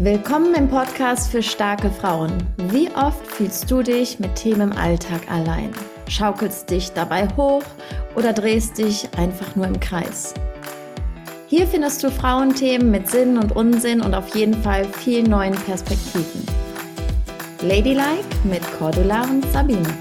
Willkommen im Podcast für starke Frauen. Wie oft fühlst du dich mit Themen im Alltag allein? Schaukelst dich dabei hoch oder drehst dich einfach nur im Kreis? Hier findest du Frauenthemen mit Sinn und Unsinn und auf jeden Fall viel neuen Perspektiven. Ladylike mit Cordula und Sabine.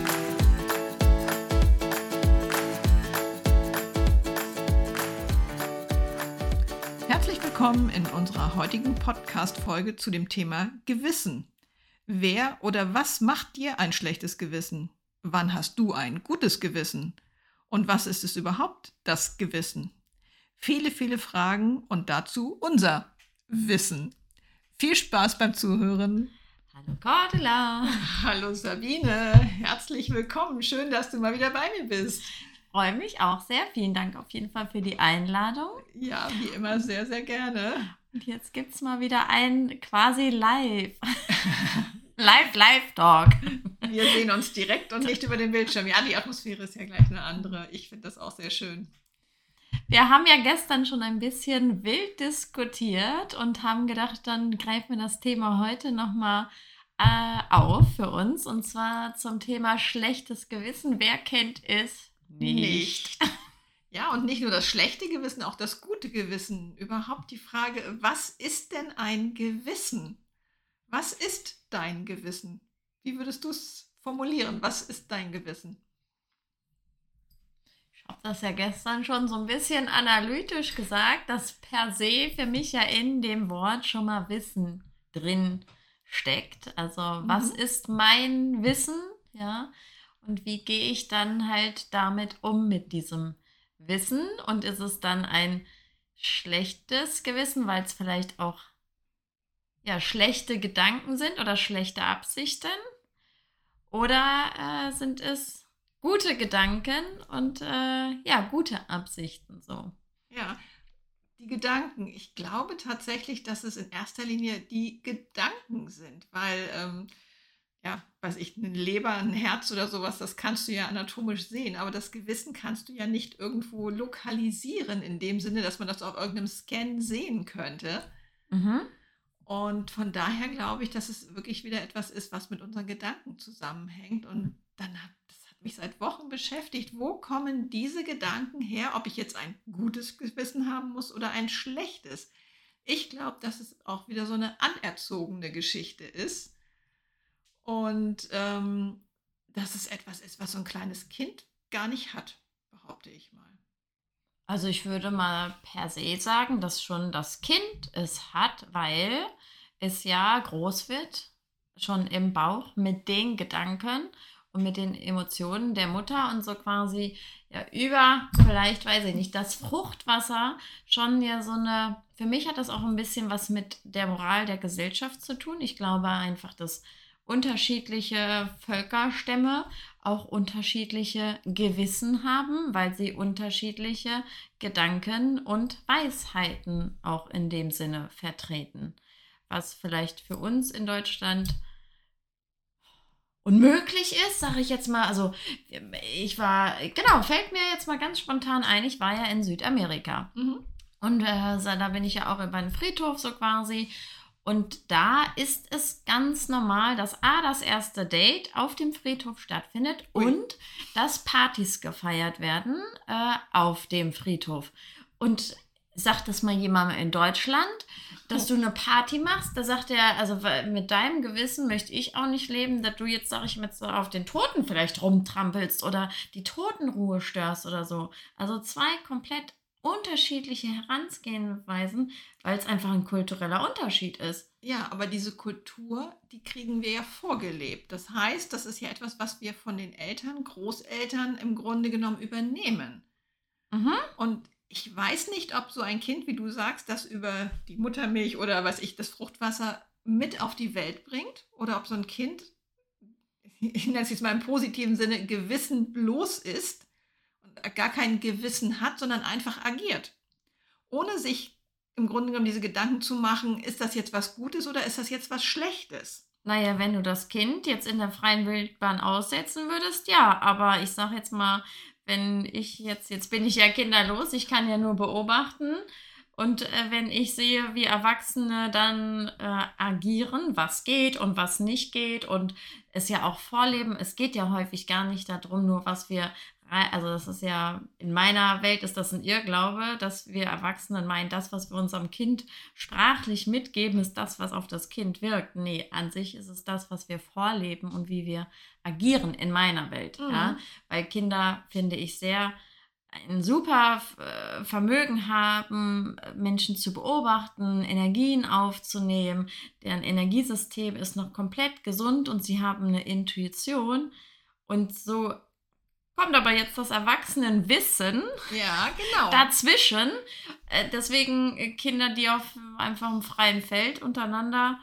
Herzlich willkommen in unserer heutigen Podcast-Folge zu dem Thema Gewissen. Wer oder was macht dir ein schlechtes Gewissen? Wann hast du ein gutes Gewissen? Und was ist es überhaupt, das Gewissen? Viele, viele Fragen und dazu unser Wissen. Viel Spaß beim Zuhören. Hallo Cordula. Hallo Sabine, herzlich willkommen. Schön, dass du mal wieder bei mir bist. Ich freue mich auch sehr. Vielen Dank auf jeden Fall für die Einladung. Ja, wie immer sehr, sehr gerne. Und jetzt gibt es mal wieder ein quasi Live-Talk. Wir sehen uns direkt und nicht über den Bildschirm. Ja, die Atmosphäre ist ja gleich eine andere. Ich finde das auch sehr schön. Wir haben ja gestern schon ein bisschen wild diskutiert und haben gedacht, dann greifen wir das Thema heute nochmal auf für uns. Und zwar zum Thema schlechtes Gewissen. Wer kennt es nicht? Ja, und nicht nur das schlechte Gewissen, auch das gute Gewissen. Überhaupt die Frage, was ist denn ein Gewissen? Was ist dein Gewissen? Wie würdest du es formulieren? Was ist dein Gewissen? Ich habe das ja gestern schon so ein bisschen analytisch gesagt, dass per se für mich ja in dem Wort schon mal Wissen drin steckt. Also was ist mein Wissen? Ja, und wie gehe ich dann halt damit um mit diesem Wissen? Und ist es dann ein schlechtes Gewissen, weil es vielleicht auch schlechte Gedanken sind oder schlechte Absichten? Oder sind es gute Gedanken und gute Absichten so? Ja, die Gedanken. Ich glaube tatsächlich, dass es in erster Linie die Gedanken sind, weil weiß ich, eine Leber, ein Herz oder sowas, das kannst du ja anatomisch sehen, aber das Gewissen kannst du ja nicht irgendwo lokalisieren, in dem Sinne, dass man das auf irgendeinem Scan sehen könnte. Und von daher glaube ich, dass es wirklich wieder etwas ist, was mit unseren Gedanken zusammenhängt. Und das hat mich seit Wochen beschäftigt. Wo kommen diese Gedanken her, ob ich jetzt ein gutes Gewissen haben muss oder ein schlechtes? Ich glaube, dass es auch wieder so eine anerzogene Geschichte ist. Und dass es etwas ist, was so ein kleines Kind gar nicht hat, behaupte ich mal. Also ich würde mal per se sagen, dass schon das Kind es hat, weil es ja groß wird, schon im Bauch mit den Gedanken und mit den Emotionen der Mutter und so quasi über, vielleicht weiß ich nicht, das Fruchtwasser schon für mich hat das auch ein bisschen was mit der Moral der Gesellschaft zu tun. Ich glaube einfach, dass unterschiedliche Völkerstämme auch unterschiedliche Gewissen haben, weil sie unterschiedliche Gedanken und Weisheiten auch in dem Sinne vertreten. Was vielleicht für uns in Deutschland unmöglich ist, sage ich jetzt mal. Also fällt mir jetzt mal ganz spontan ein, ich war ja in Südamerika. Und da bin ich ja auch über einen Friedhof so quasi. Und da ist es ganz normal, dass das erste Date auf dem Friedhof stattfindet und dass Partys gefeiert werden auf dem Friedhof. Und sagt das mal jemandem in Deutschland, dass du eine Party machst, da sagt er, also mit deinem Gewissen möchte ich auch nicht leben, dass du jetzt, sag ich mal, so auf den Toten vielleicht rumtrampelst oder die Totenruhe störst oder so. Also zwei komplett unterschiedliche Herangehensweisen, weil es einfach ein kultureller Unterschied ist. Ja, aber diese Kultur, die kriegen wir ja vorgelebt. Das heißt, das ist ja etwas, was wir von den Eltern, Großeltern im Grunde genommen übernehmen. Und ich weiß nicht, ob so ein Kind, wie du sagst, das über die Muttermilch oder das Fruchtwasser mit auf die Welt bringt oder ob so ein Kind, ich nenne es jetzt mal im positiven Sinne, gewissenlos ist und gar kein Gewissen hat, sondern einfach agiert. Ohne sich im Grunde genommen diese Gedanken zu machen, ist das jetzt was Gutes oder ist das jetzt was Schlechtes? Naja, wenn du das Kind jetzt in der freien Wildbahn aussetzen würdest, ja, aber ich sag jetzt mal, wenn ich jetzt bin ich ja kinderlos, ich kann ja nur beobachten, Und wenn ich sehe, wie Erwachsene dann agieren, was geht und was nicht geht und es ja auch vorleben, es geht ja häufig gar nicht darum, nur was wir, also das ist ja, in meiner Welt ist das ein Irrglaube, dass wir Erwachsenen meinen, das, was wir unserem Kind sprachlich mitgeben, ist das, was auf das Kind wirkt. Nee, an sich ist es das, was wir vorleben und wie wir agieren in meiner Welt. Ja? Weil Kinder, finde ich, sehr ein super Vermögen haben, Menschen zu beobachten, Energien aufzunehmen. Deren Energiesystem ist noch komplett gesund und sie haben eine Intuition. Und so kommt aber jetzt das Erwachsenenwissen dazwischen. Deswegen Kinder, die auf einfach im freien Feld untereinander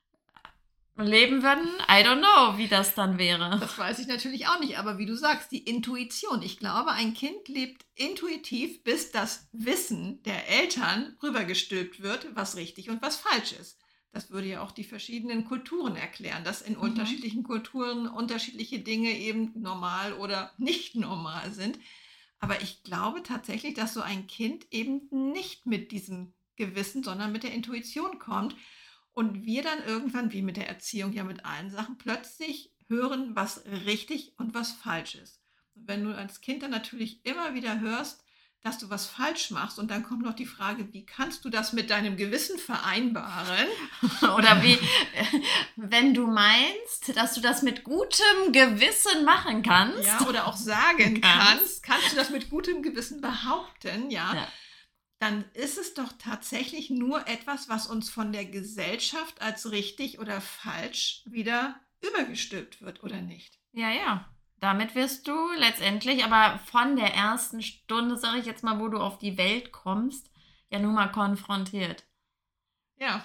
leben würden, I don't know, wie das dann wäre. Das weiß ich natürlich auch nicht, aber wie du sagst, die Intuition. Ich glaube, ein Kind lebt intuitiv, bis das Wissen der Eltern rübergestülpt wird, was richtig und was falsch ist. Das würde ja auch die verschiedenen Kulturen erklären, dass in unterschiedlichen Kulturen unterschiedliche Dinge eben normal oder nicht normal sind. Aber ich glaube tatsächlich, dass so ein Kind eben nicht mit diesem Gewissen, sondern mit der Intuition kommt. Und wir dann irgendwann, wie mit der Erziehung ja mit allen Sachen, plötzlich hören, was richtig und was falsch ist. Und wenn du als Kind dann natürlich immer wieder hörst, dass du was falsch machst und dann kommt noch die Frage, wie kannst du das mit deinem Gewissen vereinbaren? Oder wie, wenn du meinst, dass du das mit gutem Gewissen machen kannst. Ja, oder auch sagen kannst du das mit gutem Gewissen behaupten, ja. Dann ist es doch tatsächlich nur etwas, was uns von der Gesellschaft als richtig oder falsch wieder übergestülpt wird, oder nicht? Ja. Damit wirst du letztendlich, aber von der ersten Stunde, sage ich jetzt mal, wo du auf die Welt kommst, ja nun mal konfrontiert. Ja.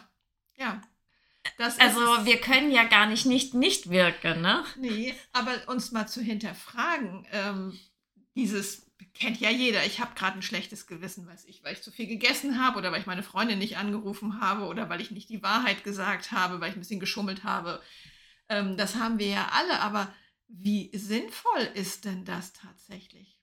Also wir können ja gar nicht wirken, ne? Nee, aber uns mal zu hinterfragen, dieses kennt ja jeder. Ich habe gerade ein schlechtes Gewissen, weil ich zu viel gegessen habe oder weil ich meine Freundin nicht angerufen habe oder weil ich nicht die Wahrheit gesagt habe, weil ich ein bisschen geschummelt habe. Das haben wir ja alle, aber wie sinnvoll ist denn das tatsächlich?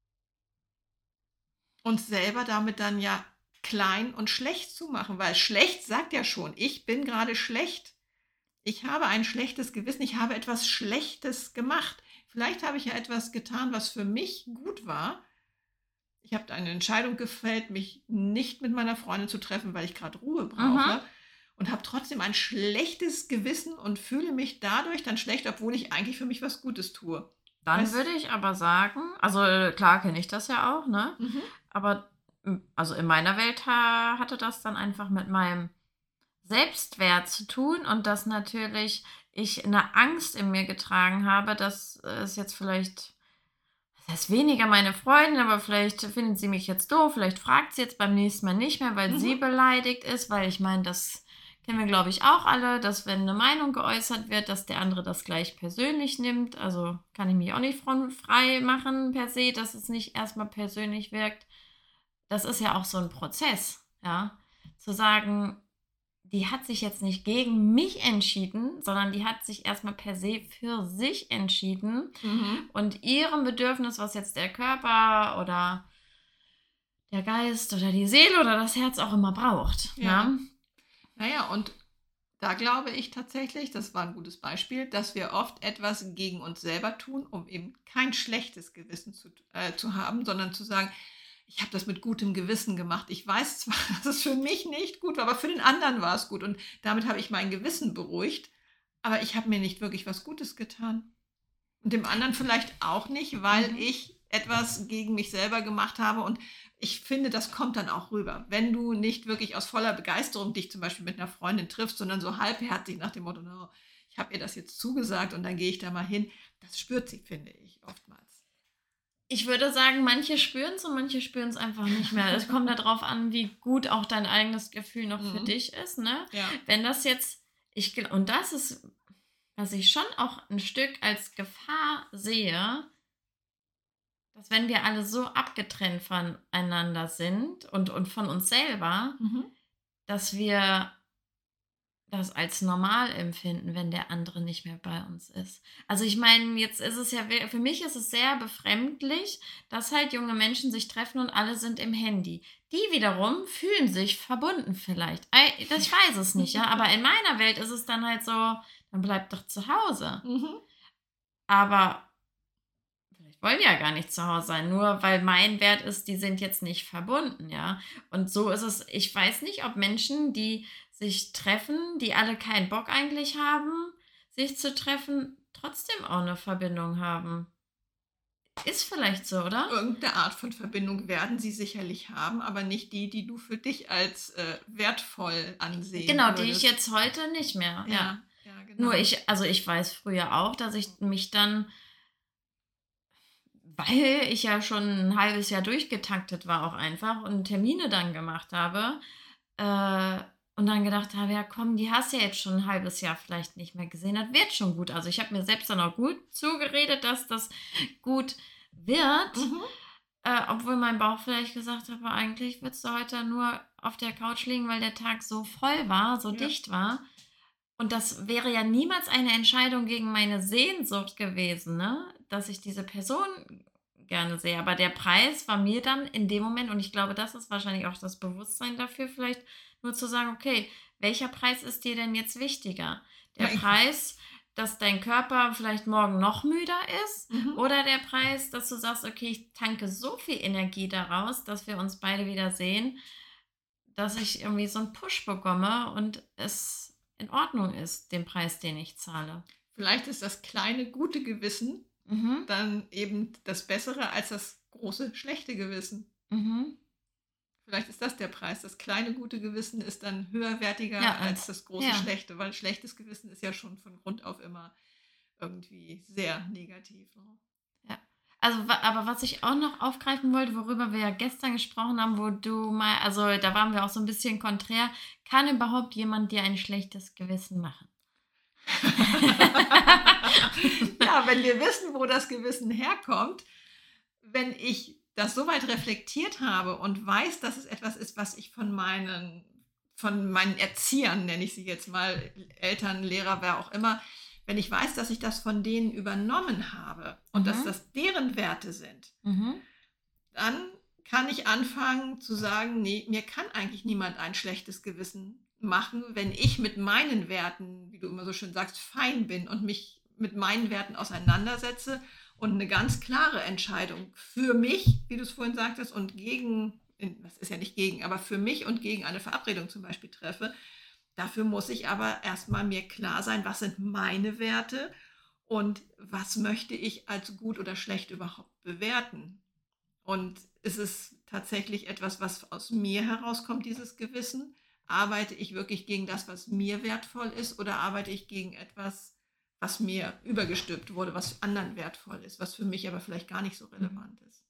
Uns selber damit dann ja klein und schlecht zu machen, weil schlecht sagt ja schon, ich bin gerade schlecht. Ich habe ein schlechtes Gewissen, ich habe etwas Schlechtes gemacht. Vielleicht habe ich ja etwas getan, was für mich gut war. Ich habe eine Entscheidung gefällt, mich nicht mit meiner Freundin zu treffen, weil ich gerade Ruhe brauche. Und habe trotzdem ein schlechtes Gewissen und fühle mich dadurch dann schlecht, obwohl ich eigentlich für mich was Gutes tue. Dann würde ich aber sagen, also klar kenne ich das ja auch, ne? Aber also in meiner Welt hatte das dann einfach mit meinem Selbstwert zu tun und dass natürlich ich eine Angst in mir getragen habe, dass es jetzt vielleicht, das heißt weniger meine Freundin, aber vielleicht findet sie mich jetzt doof, vielleicht fragt sie jetzt beim nächsten Mal nicht mehr, weil sie beleidigt ist, weil ich meine, das kennen wir, glaube ich, auch alle, dass wenn eine Meinung geäußert wird, dass der andere das gleich persönlich nimmt. Also kann ich mich auch nicht frei machen per se, dass es nicht erstmal persönlich wirkt. Das ist ja auch so ein Prozess, ja. Zu sagen, die hat sich jetzt nicht gegen mich entschieden, sondern die hat sich erstmal per se für sich entschieden und ihrem Bedürfnis, was jetzt der Körper oder der Geist oder die Seele oder das Herz auch immer braucht. Ja. Naja, und da glaube ich tatsächlich, das war ein gutes Beispiel, dass wir oft etwas gegen uns selber tun, um eben kein schlechtes Gewissen zu haben, sondern zu sagen, ich habe das mit gutem Gewissen gemacht. Ich weiß zwar, dass es für mich nicht gut war, aber für den anderen war es gut. Und damit habe ich mein Gewissen beruhigt, aber ich habe mir nicht wirklich was Gutes getan. Und dem anderen vielleicht auch nicht, weil ich etwas gegen mich selber gemacht habe. Und ich finde, das kommt dann auch rüber. Wenn du nicht wirklich aus voller Begeisterung dich zum Beispiel mit einer Freundin triffst, sondern so halbherzig nach dem Motto, no, ich habe ihr das jetzt zugesagt und dann gehe ich da mal hin. Das spürt sie, finde ich, oftmals. Ich würde sagen, manche spüren es und manche spüren es einfach nicht mehr. Es kommt darauf an, wie gut auch dein eigenes Gefühl noch für dich ist. Ne? Ja. Wenn das jetzt, und das ist, was ich schon auch ein Stück als Gefahr sehe, dass wenn wir alle so abgetrennt voneinander sind und von uns selber, dass wir das als normal empfinden, wenn der andere nicht mehr bei uns ist. Also ich meine, jetzt ist es ja, für mich ist es sehr befremdlich, dass halt junge Menschen sich treffen und alle sind im Handy. Die wiederum fühlen sich verbunden vielleicht. Ich weiß es nicht, ja, aber in meiner Welt ist es dann halt so, dann bleib doch zu Hause. Aber vielleicht wollen die ja gar nicht zu Hause sein, nur weil mein Wert ist, die sind jetzt nicht verbunden, ja. Und so ist es, ich weiß nicht, ob Menschen, die sich treffen, die alle keinen Bock eigentlich haben, sich zu treffen, trotzdem auch eine Verbindung haben. Ist vielleicht so, oder? Irgendeine Art von Verbindung werden sie sicherlich haben, aber nicht die, die du für dich als wertvoll ansehen Genau, die würdest. ich jetzt heute nicht mehr, ja. Ja, genau. Nur ich weiß früher auch, dass ich mich dann, weil ich ja schon ein halbes Jahr durchgetaktet war auch einfach und Termine dann gemacht habe, und dann gedacht habe, ja komm, die hast du ja jetzt schon ein halbes Jahr vielleicht nicht mehr gesehen, das wird schon gut. Also ich habe mir selbst dann auch gut zugeredet, dass das gut wird, obwohl mein Bauch vielleicht gesagt hat, aber eigentlich würdest du heute nur auf der Couch liegen, weil der Tag so voll war, so dicht war. Und das wäre ja niemals eine Entscheidung gegen meine Sehnsucht gewesen, ne? Dass ich diese Person gerne sehe. Aber der Preis war mir dann in dem Moment, und ich glaube, das ist wahrscheinlich auch das Bewusstsein dafür, vielleicht nur zu sagen, okay, welcher Preis ist dir denn jetzt wichtiger? Der Preis, dass dein Körper vielleicht morgen noch müder ist, oder der Preis, dass du sagst, okay, ich tanke so viel Energie daraus, dass wir uns beide wieder sehen, dass ich irgendwie so einen Push bekomme und es in Ordnung ist, den Preis, den ich zahle. Vielleicht ist das kleine gute Gewissen dann eben das Bessere als das große schlechte Gewissen. Vielleicht ist das der Preis. Das kleine gute Gewissen ist dann höherwertiger als das große schlechte, weil schlechtes Gewissen ist ja schon von Grund auf immer irgendwie sehr negativ. Ja. Also, aber was ich auch noch aufgreifen wollte, worüber wir ja gestern gesprochen haben, wo du mal, also da waren wir auch so ein bisschen konträr, kann überhaupt jemand dir ein schlechtes Gewissen machen? Ja, wenn wir wissen, wo das Gewissen herkommt, wenn ich das so weit reflektiert habe und weiß, dass es etwas ist, was ich von meinen Erziehern, nenne ich sie jetzt mal, Eltern, Lehrer, wer auch immer, wenn ich weiß, dass ich das von denen übernommen habe und dass das deren Werte sind, dann kann ich anfangen zu sagen, nee, mir kann eigentlich niemand ein schlechtes Gewissen machen, wenn ich mit meinen Werten, wie du immer so schön sagst, fein bin und mich mit meinen Werten auseinandersetze und eine ganz klare Entscheidung für mich, wie du es vorhin sagtest, und das ist ja nicht gegen, aber für mich und gegen eine Verabredung zum Beispiel treffe. Dafür muss ich aber erstmal mir klar sein, was sind meine Werte und was möchte ich als gut oder schlecht überhaupt bewerten. Und ist es tatsächlich etwas, was aus mir herauskommt, dieses Gewissen? Arbeite ich wirklich gegen das, was mir wertvoll ist, oder arbeite ich gegen etwas, was mir übergestülpt wurde, was anderen wertvoll ist, was für mich aber vielleicht gar nicht so relevant ist?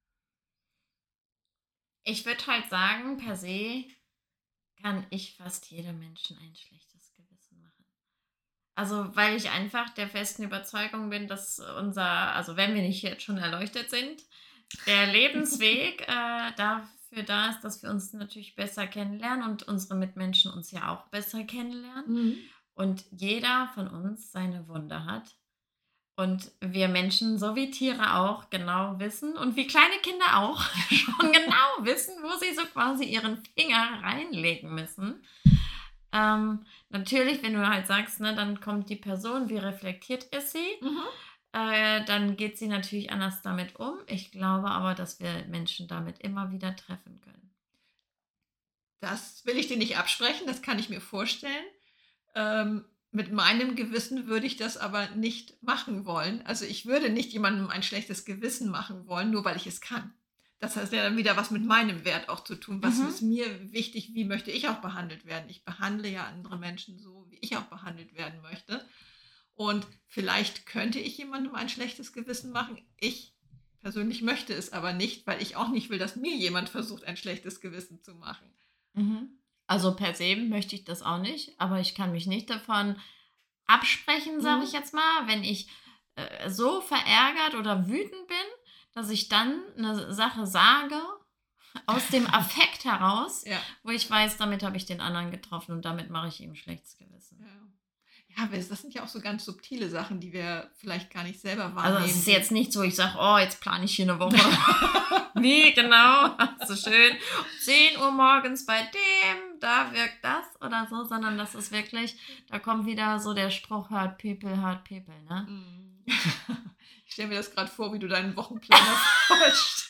Ich würde halt sagen, per se kann ich fast jedem Menschen ein schlechtes Gewissen machen. Also, weil ich einfach der festen Überzeugung bin, dass also wenn wir nicht jetzt schon erleuchtet sind, der Lebensweg dafür da ist, dass wir uns natürlich besser kennenlernen und unsere Mitmenschen uns ja auch besser kennenlernen. Und jeder von uns seine Wunde hat. Und wir Menschen, so wie Tiere auch, genau wissen und wie kleine Kinder auch schon genau wissen, wo sie so quasi ihren Finger reinlegen müssen. Natürlich, wenn du halt sagst, ne, dann kommt die Person, wie reflektiert ist sie, dann geht sie natürlich anders damit um. Ich glaube aber, dass wir Menschen damit immer wieder treffen können. Das will ich dir nicht absprechen, das kann ich mir vorstellen. Mit meinem Gewissen würde ich das aber nicht machen wollen. Also ich würde nicht jemandem ein schlechtes Gewissen machen wollen, nur weil ich es kann. Das hat ja dann wieder was mit meinem Wert auch zu tun. Was ist mir wichtig, wie möchte ich auch behandelt werden? Ich behandle ja andere Menschen so, wie ich auch behandelt werden möchte. Und vielleicht könnte ich jemandem ein schlechtes Gewissen machen. Ich persönlich möchte es aber nicht, weil ich auch nicht will, dass mir jemand versucht, ein schlechtes Gewissen zu machen. Also per se möchte ich das auch nicht, aber ich kann mich nicht davon absprechen, sage ich jetzt mal, wenn ich so verärgert oder wütend bin, dass ich dann eine Sache sage, aus dem Affekt heraus, Ja. wo ich weiß, damit habe ich den anderen getroffen und damit mache ich ihm schlechtes Gewissen. Ja, das sind ja auch so ganz subtile Sachen, die wir vielleicht gar nicht selber Also wahrnehmen. es ist jetzt nicht so, ich sage, oh, jetzt plane ich hier eine Woche. Wie genau? So schön. 10 Uhr morgens bei dem, da wirkt das oder so, sondern das ist wirklich, da kommt wieder so der Spruch, hurt people, ne? Mm. Ich stelle mir das gerade vor, wie du deinen Wochenplaner vollstellst.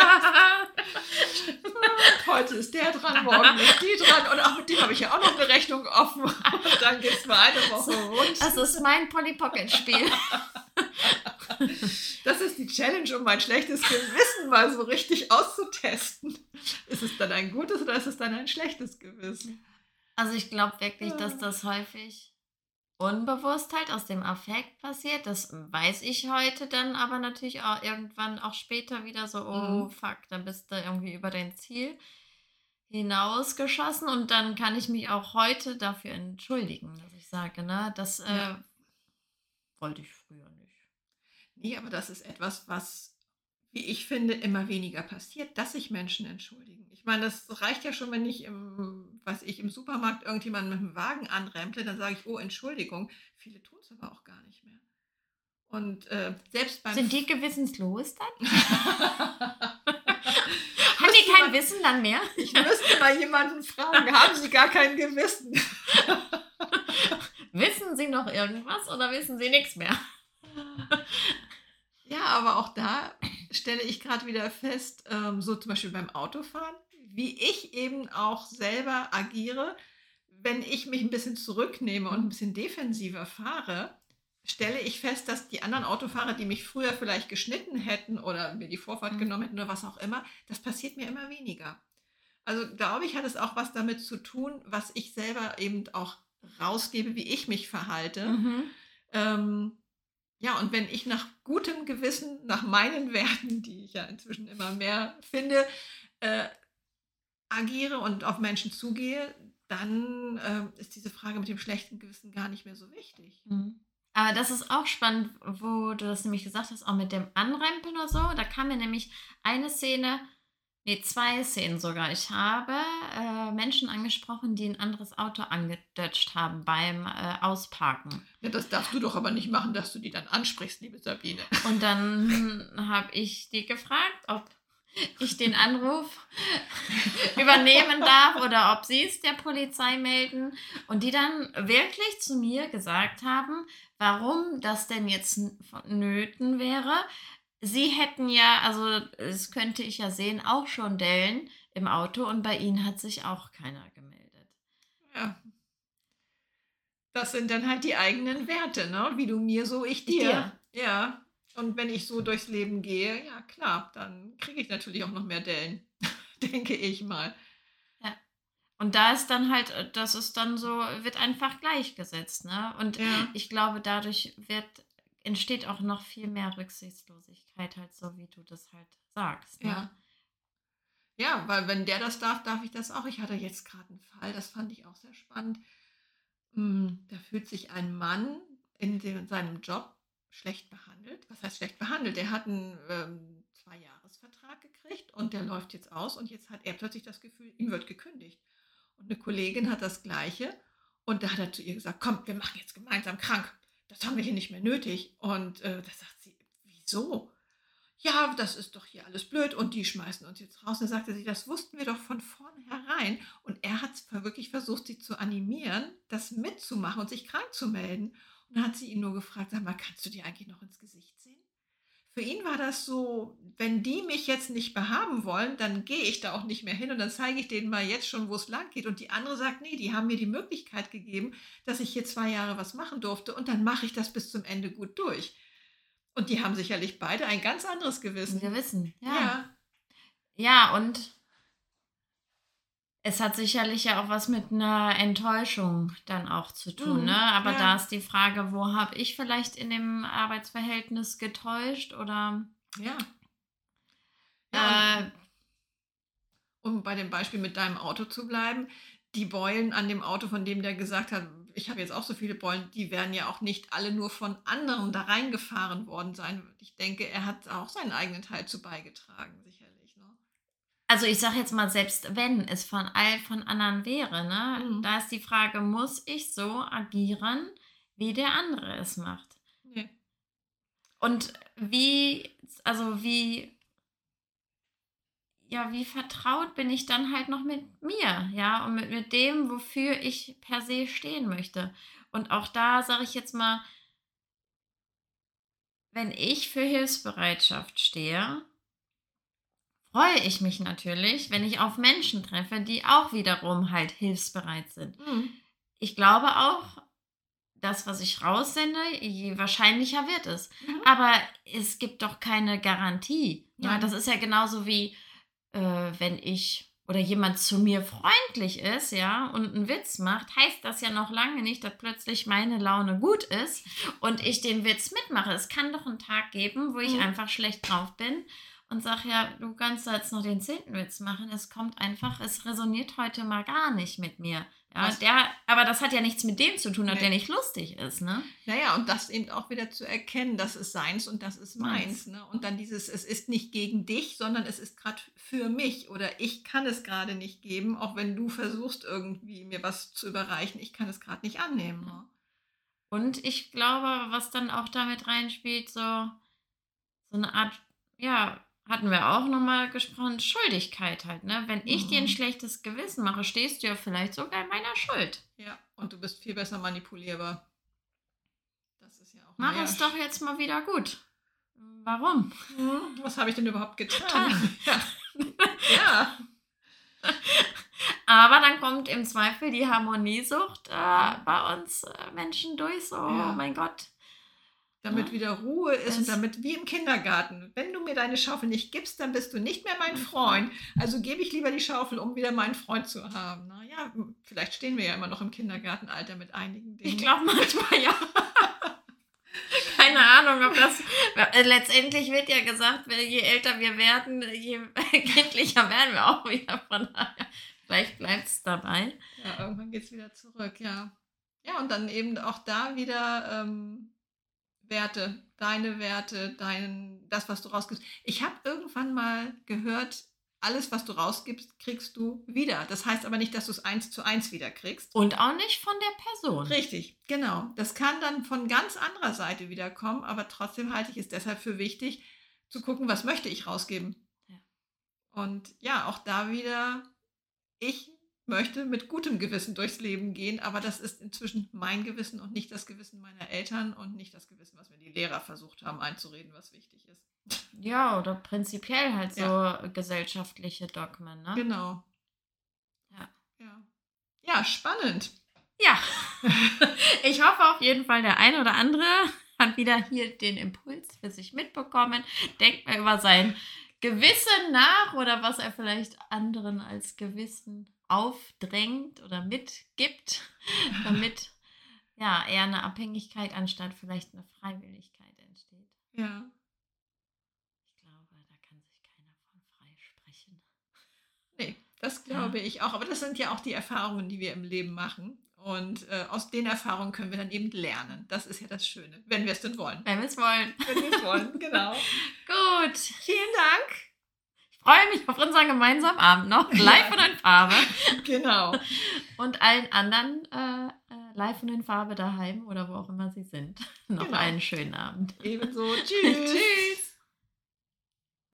Heute ist der dran, morgen ist die dran und auch mit dem habe ich ja auch noch eine Rechnung offen. Und dann geht es mal eine Woche rund. Das ist mein Polly Pocket Spiel. Das ist die Challenge, um mein schlechtes Gewissen mal so richtig auszutesten. Ist es dann ein gutes oder ist es dann ein schlechtes Gewissen? Also ich glaube wirklich, dass das häufig unbewusst halt aus dem Affekt passiert. Das weiß ich heute dann aber natürlich auch irgendwann auch später wieder so, oh fuck, dann bist du irgendwie über dein Ziel hinausgeschossen und dann kann ich mich auch heute dafür entschuldigen, dass ich sage, ne, das wollte ich früher nicht. Nee, aber das ist etwas, was, wie ich finde, immer weniger passiert, dass sich Menschen entschuldigen. Ich meine, das reicht ja schon, wenn ich im Supermarkt irgendjemanden mit dem Wagen anremple, dann sage ich, oh, Entschuldigung. Viele tun es aber auch gar nicht mehr. Und selbst beim... Sind die gewissenslos dann? Haben die kein Wissen dann mehr? Ich müsste mal jemanden fragen, haben sie gar kein Gewissen? Wissen sie noch irgendwas oder wissen sie nichts mehr? Ja, aber auch da stelle ich gerade wieder fest, so zum Beispiel beim Autofahren, wie ich eben auch selber agiere, wenn ich mich ein bisschen zurücknehme und ein bisschen defensiver fahre, stelle ich fest, dass die anderen Autofahrer, die mich früher vielleicht geschnitten hätten oder mir die Vorfahrt genommen hätten oder was auch immer, das passiert mir immer weniger. Also glaube ich, hat es auch was damit zu tun, was ich selber eben auch rausgebe, wie ich mich verhalte. Ja, und wenn ich nach gutem Gewissen, nach meinen Werten, die ich ja inzwischen immer mehr finde, agiere und auf Menschen zugehe, dann ist diese Frage mit dem schlechten Gewissen gar nicht mehr so wichtig. Aber das ist auch spannend, wo du das nämlich gesagt hast, auch mit dem Anrempeln oder so. Da kam mir nämlich eine Szene, nee, 2 Szenen sogar. Ich habe Menschen angesprochen, die ein anderes Auto angedutscht haben beim Ausparken. Ja, das darfst du doch aber nicht machen, dass du die dann ansprichst, liebe Sabine. Und dann habe ich die gefragt, ob ich den Anruf übernehmen darf oder ob sie es der Polizei melden. Und die dann wirklich zu mir gesagt haben, warum das denn jetzt vonnöten wäre. Sie hätten ja, also das könnte ich ja sehen, auch schon Dellen im Auto und bei ihnen hat sich auch keiner gemeldet. Ja. Das sind dann halt die eigenen Werte, ne? Wie du mir, so ich dir. Ja. Und wenn ich so durchs Leben gehe, ja klar, dann kriege ich natürlich auch noch mehr Dellen, denke ich mal. Ja. Und da ist dann halt, das ist dann so, wird einfach gleichgesetzt, ne? Und ich glaube, dadurch entsteht auch noch viel mehr Rücksichtslosigkeit, halt so, wie du das halt sagst. Ne? Ja, weil wenn der das darf, darf ich das auch. Ich hatte jetzt gerade einen Fall, das fand ich auch sehr spannend. Da fühlt sich ein Mann in seinem Job schlecht behandelt. Was heißt schlecht behandelt? Er hat einen 2-Jahres-Vertrag gekriegt und der läuft jetzt aus und jetzt hat er plötzlich das Gefühl, ihm wird gekündigt. Und eine Kollegin hat das Gleiche und da hat er zu ihr gesagt, komm, wir machen jetzt gemeinsam krank. Das haben wir hier nicht mehr nötig. Und da sagt sie, wieso? Ja, das ist doch hier alles blöd und die schmeißen uns jetzt raus. Und dann sagte sie, das wussten wir doch von vornherein. Und er hat wirklich versucht, sie zu animieren, das mitzumachen und sich krank zu melden. Und dann hat sie ihn nur gefragt, sag mal, kannst du dir eigentlich noch ins Gesicht sehen? Für ihn war das so, wenn die mich jetzt nicht behaben wollen, dann gehe ich da auch nicht mehr hin und dann zeige ich denen mal jetzt schon, wo es lang geht. Und die andere sagt, nee, die haben mir die Möglichkeit gegeben, dass ich hier 2 Jahre was machen durfte und dann mache ich das bis zum Ende gut durch. Und die haben sicherlich beide ein ganz anderes Gewissen. Ja, und es hat sicherlich ja auch was mit einer Enttäuschung dann auch zu tun, ne? Aber da ist die Frage, wo habe ich vielleicht in dem Arbeitsverhältnis getäuscht oder... Um bei dem Beispiel mit deinem Auto zu bleiben, die Beulen an dem Auto, von dem der gesagt hat, ich habe jetzt auch so viele Beulen, die werden ja auch nicht alle nur von anderen da reingefahren worden sein. Ich denke, er hat auch seinen eigenen Teil zu beigetragen, sicherlich. Ne? Also ich sage jetzt mal, selbst wenn es von anderen wäre, ne, da ist die Frage, muss ich so agieren, wie der andere es macht? Nee. Und wie vertraut bin ich dann halt noch mit mir, ja, und mit dem, wofür ich per se stehen möchte. Und auch da sage ich jetzt mal, wenn ich für Hilfsbereitschaft stehe, freue ich mich natürlich, wenn ich auf Menschen treffe, die auch wiederum halt hilfsbereit sind. Ich glaube auch, das, was ich raussende, je wahrscheinlicher wird es. Aber es gibt doch keine Garantie. Ja, Nein. das ist ja genauso wie, wenn ich oder jemand zu mir freundlich ist, ja, und einen Witz macht, heißt das ja noch lange nicht, dass plötzlich meine Laune gut ist und ich den Witz mitmache. Es kann doch einen Tag geben, wo ich einfach schlecht drauf bin und sage, ja, du kannst jetzt noch den 10. Witz machen. Es resoniert heute mal gar nicht mit mir. Ja, aber das hat ja nichts mit dem zu tun, dass der nicht lustig ist, ne? Naja, und das eben auch wieder zu erkennen, das ist seins und das ist meins. Ne? Und dann es ist nicht gegen dich, sondern es ist gerade für mich oder ich kann es gerade nicht geben, auch wenn du versuchst irgendwie mir was zu überreichen, ich kann es gerade nicht annehmen. Ne? Und ich glaube, was dann auch damit reinspielt, so eine Art, ja, hatten wir auch nochmal gesprochen, Schuldigkeit halt, ne? Wenn ich dir ein schlechtes Gewissen mache, stehst du ja vielleicht sogar in meiner Schuld. Ja, und du bist viel besser manipulierbar. Das ist ja auch... Mach es doch jetzt mal wieder gut. Warum? Was habe ich denn überhaupt getan? Ja. Aber dann kommt im Zweifel die Harmoniesucht bei uns Menschen durch, so, oh mein Gott. Damit wieder Ruhe ist und damit, wie im Kindergarten, wenn du mir deine Schaufel nicht gibst, dann bist du nicht mehr mein Freund. Also gebe ich lieber die Schaufel, um wieder meinen Freund zu haben. Naja, vielleicht stehen wir ja immer noch im Kindergartenalter mit einigen Dingen. Ich glaube manchmal ja. Keine Ahnung, ob das... letztendlich wird ja gesagt, je älter wir werden, je kindlicher werden wir auch wieder. Von daher, vielleicht bleibt es dabei. Ja, irgendwann geht es wieder zurück, ja. Ja, und dann eben auch da wieder... Werte, deine Werte, das, was du rausgibst. Ich habe irgendwann mal gehört, alles, was du rausgibst, kriegst du wieder. Das heißt aber nicht, dass du es 1:1 wieder kriegst. Und auch nicht von der Person. Richtig, genau. Das kann dann von ganz anderer Seite wieder kommen, aber trotzdem halte ich es deshalb für wichtig, zu gucken, was möchte ich rausgeben. Ja. Und ja, auch da wieder, ich möchte mit gutem Gewissen durchs Leben gehen, aber das ist inzwischen mein Gewissen und nicht das Gewissen meiner Eltern und nicht das Gewissen, was mir die Lehrer versucht haben einzureden, was wichtig ist. Ja, oder prinzipiell halt so gesellschaftliche Dogmen, ne? Genau. Ja, spannend. Ja, ich hoffe auf jeden Fall, der eine oder andere hat wieder hier den Impuls für sich mitbekommen. Denkt mal über sein Gewissen nach oder was er vielleicht anderen als Gewissen aufdrängt oder mitgibt, damit eher eine Abhängigkeit anstatt vielleicht eine Freiwilligkeit entsteht. Ja. Ich glaube, da kann sich keiner von frei sprechen. Nee, das glaube ich auch. Aber das sind ja auch die Erfahrungen, die wir im Leben machen. Und aus den Erfahrungen können wir dann eben lernen. Das ist ja das Schöne, wenn wir es denn wollen. Wenn wir es wollen. Wenn wir es wollen, genau. Gut. Vielen Dank. Ich freue mich auf unseren gemeinsamen Abend noch. Live und in Farbe. Genau. Und allen anderen live und in Farbe daheim oder wo auch immer sie sind. Noch einen schönen Abend. Ebenso. Tschüss. Tschüss.